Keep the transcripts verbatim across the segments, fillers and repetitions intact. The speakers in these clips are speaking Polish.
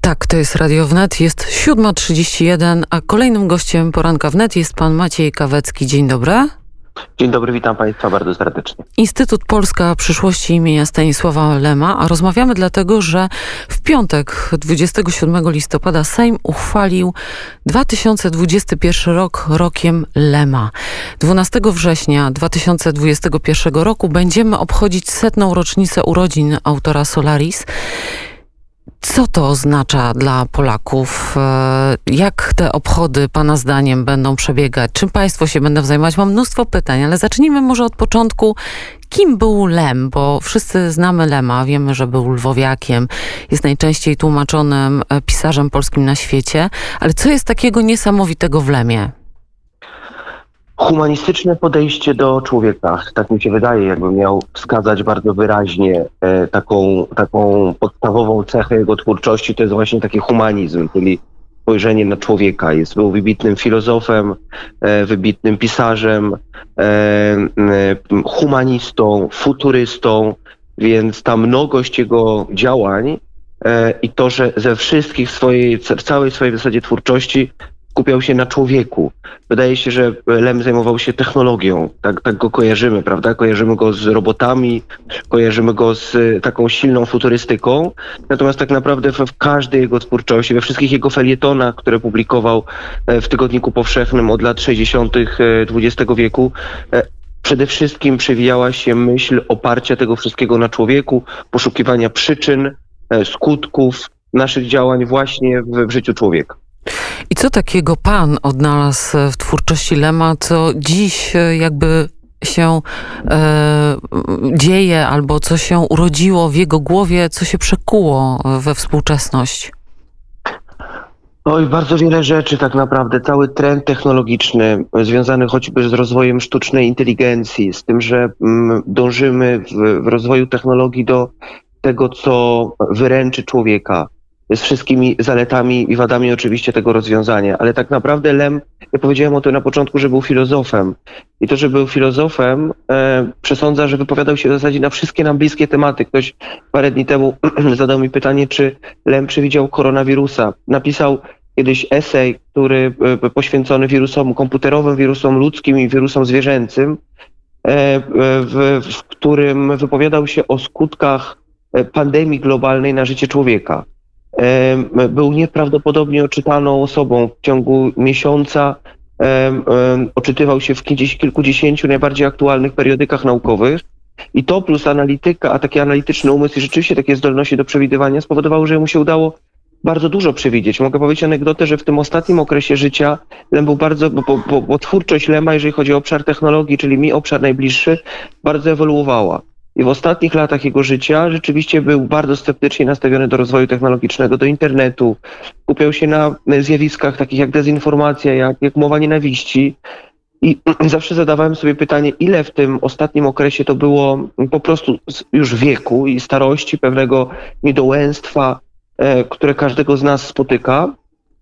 Tak, to jest Radio Wnet, jest siódma trzydzieści jeden, a kolejnym gościem poranka Wnet jest pan Maciej Kawecki. Dzień dobry. Dzień dobry, witam Państwa bardzo serdecznie. Instytut Polska Przyszłości imienia Stanisława Lema, a rozmawiamy dlatego, że w piątek dwudziestego siódmego listopada Sejm uchwalił dwa tysiące dwudziesty pierwszy rok rokiem Lema. dwunastego września dwa tysiące dwudziestego pierwszego roku będziemy obchodzić setną rocznicę urodzin autora Solaris. Co to oznacza dla Polaków? Jak te obchody Pana zdaniem będą przebiegać? Czym Państwo się będą zajmować? Mam mnóstwo pytań, ale zacznijmy może od początku. Kim był Lem? Bo wszyscy znamy Lema, wiemy, że był lwowiakiem, jest najczęściej tłumaczonym pisarzem polskim na świecie, ale co jest takiego niesamowitego w Lemie? Humanistyczne podejście do człowieka, tak mi się wydaje, jakbym miał wskazać bardzo wyraźnie e, taką, taką podstawową cechę jego twórczości, to jest właśnie taki humanizm, czyli spojrzenie na człowieka. Jest, był wybitnym filozofem, e, wybitnym pisarzem, e, e, humanistą, futurystą, więc ta mnogość jego działań e, i to, że ze wszystkich swojej, całej swojej w zasadzie twórczości skupiał się na człowieku. Wydaje się, że Lem zajmował się technologią. Tak, tak go kojarzymy, prawda? Kojarzymy go z robotami, kojarzymy go z taką silną futurystyką. Natomiast tak naprawdę w każdej jego twórczości, we wszystkich jego felietonach, które publikował w Tygodniku Powszechnym od lat sześćdziesiątych dwudziestego wieku, przede wszystkim przewijała się myśl oparcia tego wszystkiego na człowieku, poszukiwania przyczyn, skutków naszych działań właśnie w, w życiu człowieka. I co takiego pan odnalazł w twórczości Lema, co dziś jakby się e, dzieje, albo co się urodziło w jego głowie, co się przekuło we współczesność? Oj, bardzo wiele rzeczy tak naprawdę. Cały trend technologiczny związany choćby z rozwojem sztucznej inteligencji, z tym, że mm, dążymy w, w rozwoju technologii do tego, co wyręczy człowieka, z wszystkimi zaletami i wadami oczywiście tego rozwiązania. Ale tak naprawdę Lem, ja powiedziałem o tym na początku, że był filozofem. I to, że był filozofem, e, przesądza, że wypowiadał się w zasadzie na wszystkie nam bliskie tematy. Ktoś parę dni temu zadał mi pytanie, czy Lem przewidział koronawirusa. Napisał kiedyś esej, który e, poświęcony wirusom komputerowym, wirusom ludzkim i wirusom zwierzęcym, e, w, w którym wypowiadał się o skutkach pandemii globalnej na życie człowieka. Był nieprawdopodobnie oczytaną osobą. W ciągu miesiąca um, um, oczytywał się w kilkudziesięciu najbardziej aktualnych periodykach naukowych i to plus analityka, a taki analityczny umysł i rzeczywiście takie zdolności do przewidywania spowodowało, że mu się udało bardzo dużo przewidzieć. Mogę powiedzieć anegdotę, że w tym ostatnim okresie życia Lem był bardzo, bo, bo, bo twórczość Lema, jeżeli chodzi o obszar technologii, czyli mi obszar najbliższy, bardzo ewoluowała. I w ostatnich latach jego życia rzeczywiście był bardzo sceptycznie nastawiony do rozwoju technologicznego, do internetu. Skupiał się na zjawiskach takich jak dezinformacja, jak, jak mowa nienawiści. I zawsze zadawałem sobie pytanie, ile w tym ostatnim okresie to było po prostu już wieku i starości, pewnego niedołęstwa, e, które każdego z nas spotyka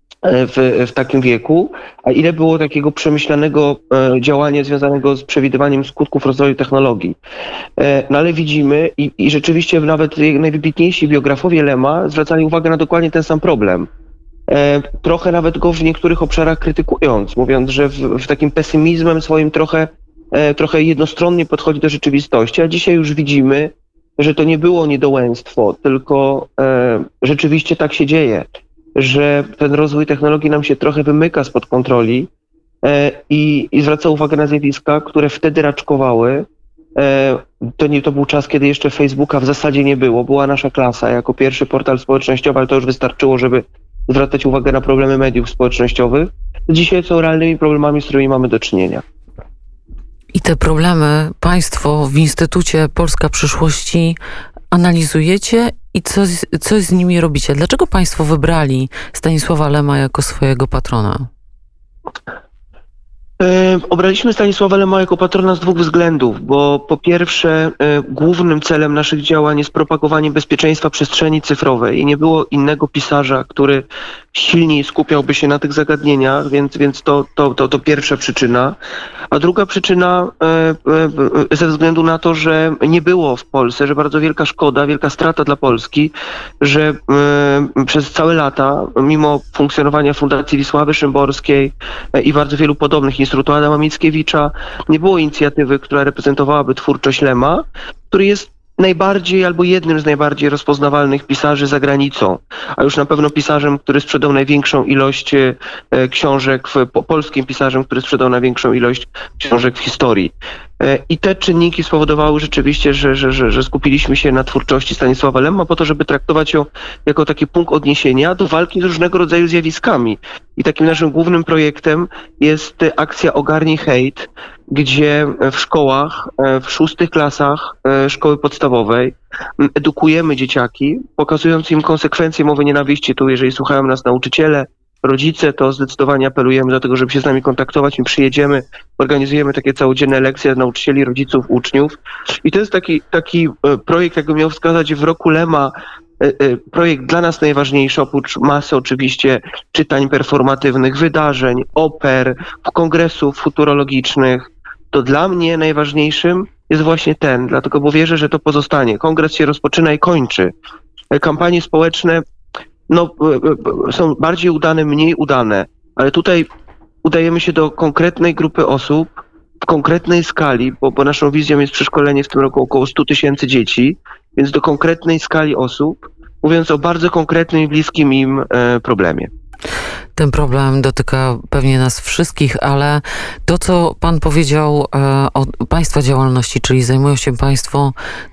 w, w takim wieku, a ile było takiego przemyślanego e, działania związanego z przewidywaniem skutków rozwoju technologii. E, no ale widzimy i, i rzeczywiście nawet najwybitniejsi biografowie Lema zwracali uwagę na dokładnie ten sam problem. E, trochę nawet go w niektórych obszarach krytykując, mówiąc, że w, w takim pesymizmem swoim trochę, e, trochę jednostronnie podchodzi do rzeczywistości, a dzisiaj już widzimy, że to nie było niedołęstwo, tylko e, rzeczywiście tak się dzieje, że ten rozwój technologii nam się trochę wymyka spod kontroli e, i, i zwraca uwagę na zjawiska, które wtedy raczkowały. E, to nie to był czas, kiedy jeszcze Facebooka w zasadzie nie było. Była nasza klasa jako pierwszy portal społecznościowy, ale to już wystarczyło, żeby zwracać uwagę na problemy mediów społecznościowych. Dzisiaj są realnymi problemami, z którymi mamy do czynienia. I te problemy państwo w Instytucie Polska Przyszłości analizujecie i co, co z nimi robicie? Dlaczego państwo wybrali Stanisława Lema jako swojego patrona? E, obraliśmy Stanisława Lema jako patrona z dwóch względów, bo po pierwsze e, głównym celem naszych działań jest propagowanie bezpieczeństwa przestrzeni cyfrowej i nie było innego pisarza, który silniej skupiałby się na tych zagadnieniach, więc, więc to, to, to, to pierwsza przyczyna. A druga przyczyna e, e, ze względu na to, że nie było w Polsce, że bardzo wielka szkoda, wielka strata dla Polski, że e, przez całe lata, mimo funkcjonowania Fundacji Wisławy Szymborskiej e, i bardzo wielu podobnych, Instytutu Adama Mickiewicza, nie było inicjatywy, która reprezentowałaby twórczość Lema, który jest najbardziej albo jednym z najbardziej rozpoznawalnych pisarzy za granicą, a już na pewno pisarzem, który sprzedał największą ilość e, książek, w, po, polskim pisarzem, który sprzedał największą ilość książek w historii. E, I te czynniki spowodowały rzeczywiście, że, że, że, że skupiliśmy się na twórczości Stanisława Lema po to, żeby traktować ją jako taki punkt odniesienia do walki z różnego rodzaju zjawiskami. I takim naszym głównym projektem jest akcja Ogarnij Hejt, gdzie w szkołach, w szóstych klasach szkoły podstawowej edukujemy dzieciaki, pokazując im konsekwencje mowy nienawiści. Tu, jeżeli słuchają nas nauczyciele, rodzice, to zdecydowanie apelujemy do tego, żeby się z nami kontaktować. My przyjedziemy, organizujemy takie całodzienne lekcje dla nauczycieli, rodziców, uczniów. I to jest taki, taki projekt, jakbym miał wskazać, w roku Lema, projekt dla nas najważniejszy, oprócz masy oczywiście czytań performatywnych, wydarzeń, oper, kongresów futurologicznych. To dla mnie najważniejszym jest właśnie ten, dlatego, bo wierzę, że to pozostanie. Kongres się rozpoczyna i kończy. Kampanie społeczne no, są bardziej udane, mniej udane, ale tutaj udajemy się do konkretnej grupy osób w konkretnej skali, bo, bo naszą wizją jest przeszkolenie w tym roku około stu tysięcy dzieci, więc do konkretnej skali osób, mówiąc o bardzo konkretnym i bliskim im e, problemie. Ten problem dotyka pewnie nas wszystkich, ale to, co pan powiedział e, o państwa działalności, czyli zajmują się państwo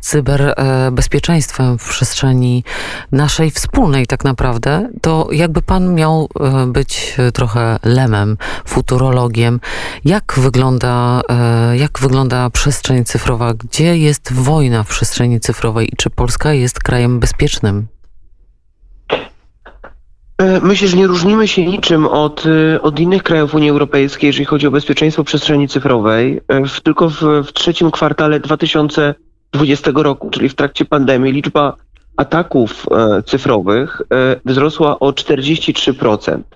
cyberbezpieczeństwem w przestrzeni naszej wspólnej tak naprawdę, to jakby pan miał e, być trochę Lemem, futurologiem. Jak wygląda, e, jak wygląda przestrzeń cyfrowa? Gdzie jest wojna w przestrzeni cyfrowej i czy Polska jest krajem bezpiecznym? Myślę, że nie różnimy się niczym od, od innych krajów Unii Europejskiej, jeżeli chodzi o bezpieczeństwo przestrzeni cyfrowej. W, tylko w, w trzecim kwartale dwa tysiące dwudziestego roku, czyli w trakcie pandemii, liczba ataków e, cyfrowych e, wzrosła o czterdzieści trzy procent.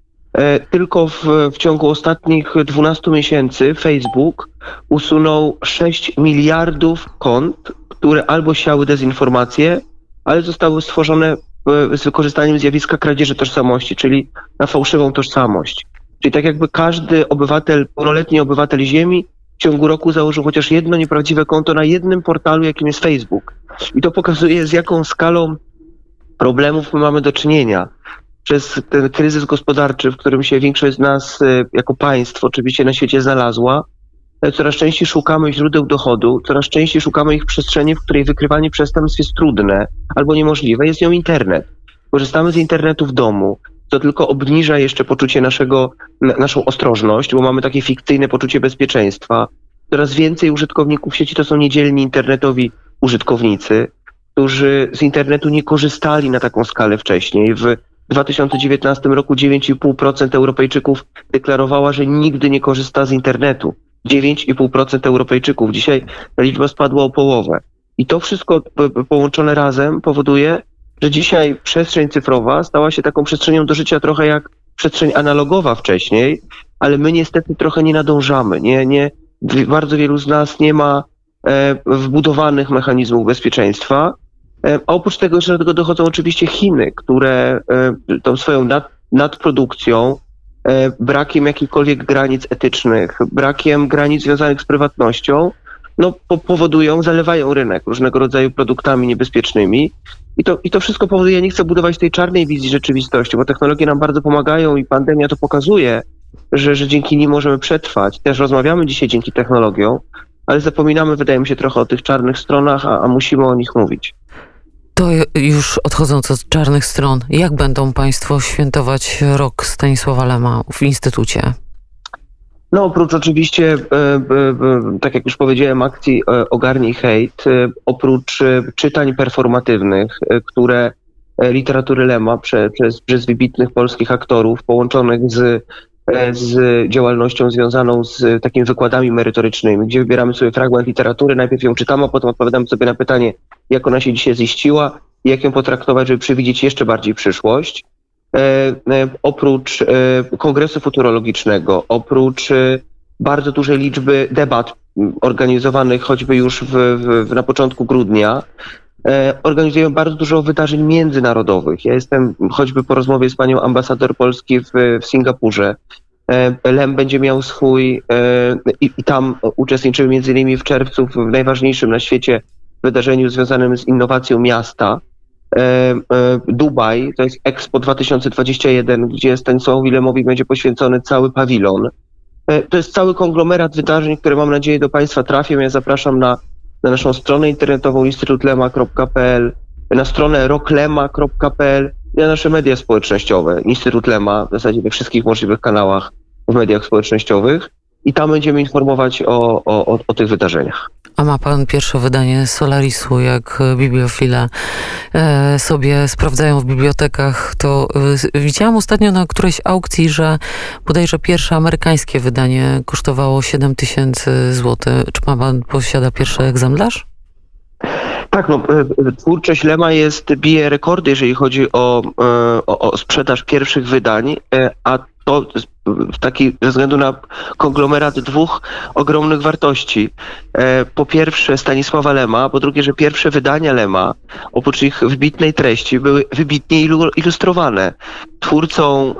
E, tylko w, w ciągu ostatnich dwunastu miesięcy Facebook usunął sześć miliardów kont, które albo siały dezinformację, ale zostały stworzone z wykorzystaniem zjawiska kradzieży tożsamości, czyli na fałszywą tożsamość. Czyli tak jakby każdy obywatel, pełnoletni obywatel Ziemi w ciągu roku założył chociaż jedno nieprawdziwe konto na jednym portalu, jakim jest Facebook. I to pokazuje, z jaką skalą problemów my mamy do czynienia. Przez ten kryzys gospodarczy, w którym się większość z nas jako państw oczywiście na świecie znalazła, coraz częściej szukamy źródeł dochodu, coraz częściej szukamy ich w przestrzeni, w której wykrywanie przestępstw jest trudne albo niemożliwe. Jest nią internet. Korzystamy z internetu w domu, co tylko obniża jeszcze poczucie naszego, naszą ostrożność, bo mamy takie fikcyjne poczucie bezpieczeństwa. Coraz więcej użytkowników sieci to są niedzielni internetowi użytkownicy, którzy z internetu nie korzystali na taką skalę wcześniej. W dwa tysiące dziewiętnastym roku dziewięć i pół procent Europejczyków deklarowała, że nigdy nie korzysta z internetu. dziewięć i pół procent Europejczyków. Dzisiaj ta liczba spadła o połowę. I to wszystko połączone razem powoduje, że dzisiaj przestrzeń cyfrowa stała się taką przestrzenią do życia trochę jak przestrzeń analogowa wcześniej, ale my niestety trochę nie nadążamy. Nie, nie, bardzo wielu z nas nie ma e, wbudowanych mechanizmów bezpieczeństwa. E, a oprócz tego jeszcze do tego dochodzą oczywiście Chiny, które e, tą swoją nad, nadprodukcją, brakiem jakichkolwiek granic etycznych, brakiem granic związanych z prywatnością, no po, powodują, zalewają rynek różnego rodzaju produktami niebezpiecznymi. I to, I to wszystko powoduje, ja nie chcę budować tej czarnej wizji rzeczywistości, bo technologie nam bardzo pomagają i pandemia to pokazuje, że, że dzięki nim możemy przetrwać. Też rozmawiamy dzisiaj dzięki technologiom, ale zapominamy, wydaje mi się, trochę o tych czarnych stronach, a, a musimy o nich mówić. To już odchodząc od czarnych stron, jak będą państwo świętować rok Stanisława Lema w Instytucie? No oprócz oczywiście, e, e, tak jak już powiedziałem, akcji e, Ogarnij Hejt, e, oprócz e, czytań performatywnych, e, które e, literatury Lema prze, przez, przez wybitnych polskich aktorów połączonych z, e, z działalnością związaną z takimi wykładami merytorycznymi, gdzie wybieramy sobie fragment literatury, najpierw ją czytamy, a potem odpowiadamy sobie na pytanie, jak ona się dzisiaj ziściła i jak ją potraktować, żeby przewidzieć jeszcze bardziej przyszłość. oprócz Kongresu Futurologicznego, oprócz bardzo dużej liczby debat organizowanych choćby już w, w, na początku grudnia, organizujemy bardzo dużo wydarzeń międzynarodowych. Ja jestem choćby po rozmowie z panią ambasador Polski w, w Singapurze. Lem będzie miał swój i, i tam uczestniczymy między innymi w czerwcu w najważniejszym na świecie wydarzeniu związanym z innowacją miasta. Dubaj, to jest Expo dwa tysiące dwadzieścia jeden, gdzie Stanisławowi Lemowi będzie poświęcony cały pawilon. To jest cały konglomerat wydarzeń, które mam nadzieję do państwa trafią. Ja zapraszam na, na naszą stronę internetową instytut lema kropka p l, na stronę roklema kropka p l i na nasze media społecznościowe. Instytut Lema w zasadzie we wszystkich możliwych kanałach w mediach społecznościowych i tam będziemy informować o, o, o, o tych wydarzeniach. A ma pan pierwsze wydanie Solarisu, jak bibliofile e, sobie sprawdzają w bibliotekach, to e, widziałam ostatnio na którejś aukcji, że bodajże pierwsze amerykańskie wydanie kosztowało siedem tysięcy złotych. Czy ma pan, posiada pierwszy egzemplarz? Tak, no, twórczość Lema jest, bije rekordy, jeżeli chodzi o, o, o sprzedaż pierwszych wydań, a to taki ze względu na konglomerat dwóch ogromnych wartości. Po pierwsze Stanisława Lema, po drugie, że pierwsze wydania Lema, oprócz ich wybitnej treści, były wybitnie ilustrowane. Twórcą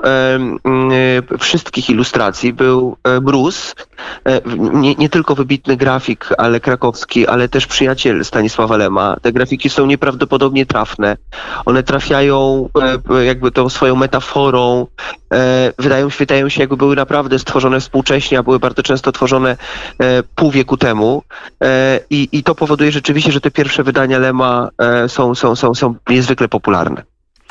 e, wszystkich ilustracji był Mróz, e, nie, nie tylko wybitny grafik, ale krakowski, ale też przyjaciel Stanisława Lema. Te grafiki są nieprawdopodobnie trafne. One trafiają e, jakby tą swoją metaforą, e, wydają, wydają się jakby były naprawdę stworzone współcześnie, a były bardzo często tworzone e, pół wieku temu. E, i, I to powoduje rzeczywiście, że te pierwsze wydania Lema e, są, są, są, są niezwykle popularne.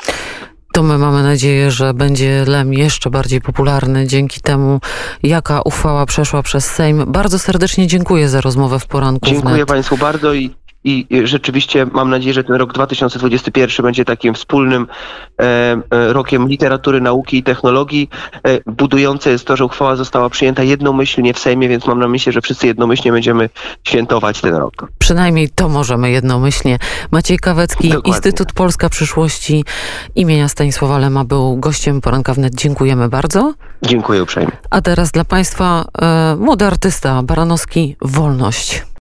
To my mamy nadzieję, że będzie Lem jeszcze bardziej popularny dzięki temu, jaka uchwała przeszła przez Sejm. Bardzo serdecznie dziękuję za rozmowę w poranku. Dziękuję Państwu bardzo i, i rzeczywiście mam nadzieję, że ten rok dwa tysiące dwudziesty pierwszy będzie takim wspólnym e, e, rokiem literatury, nauki i technologii. E, budujące jest to, że uchwała została przyjęta jednomyślnie w Sejmie, więc mam na myśli, że wszyscy jednomyślnie będziemy świętować ten rok. Przynajmniej to możemy jednomyślnie. Maciej Kawecki, Dokładnie. Instytut Polska Przyszłości imienia Stanisława Lema był gościem Poranka Wnet. Dziękujemy bardzo. Dziękuję uprzejmie. A teraz dla Państwa e, młody artysta Baranowski, Wolność.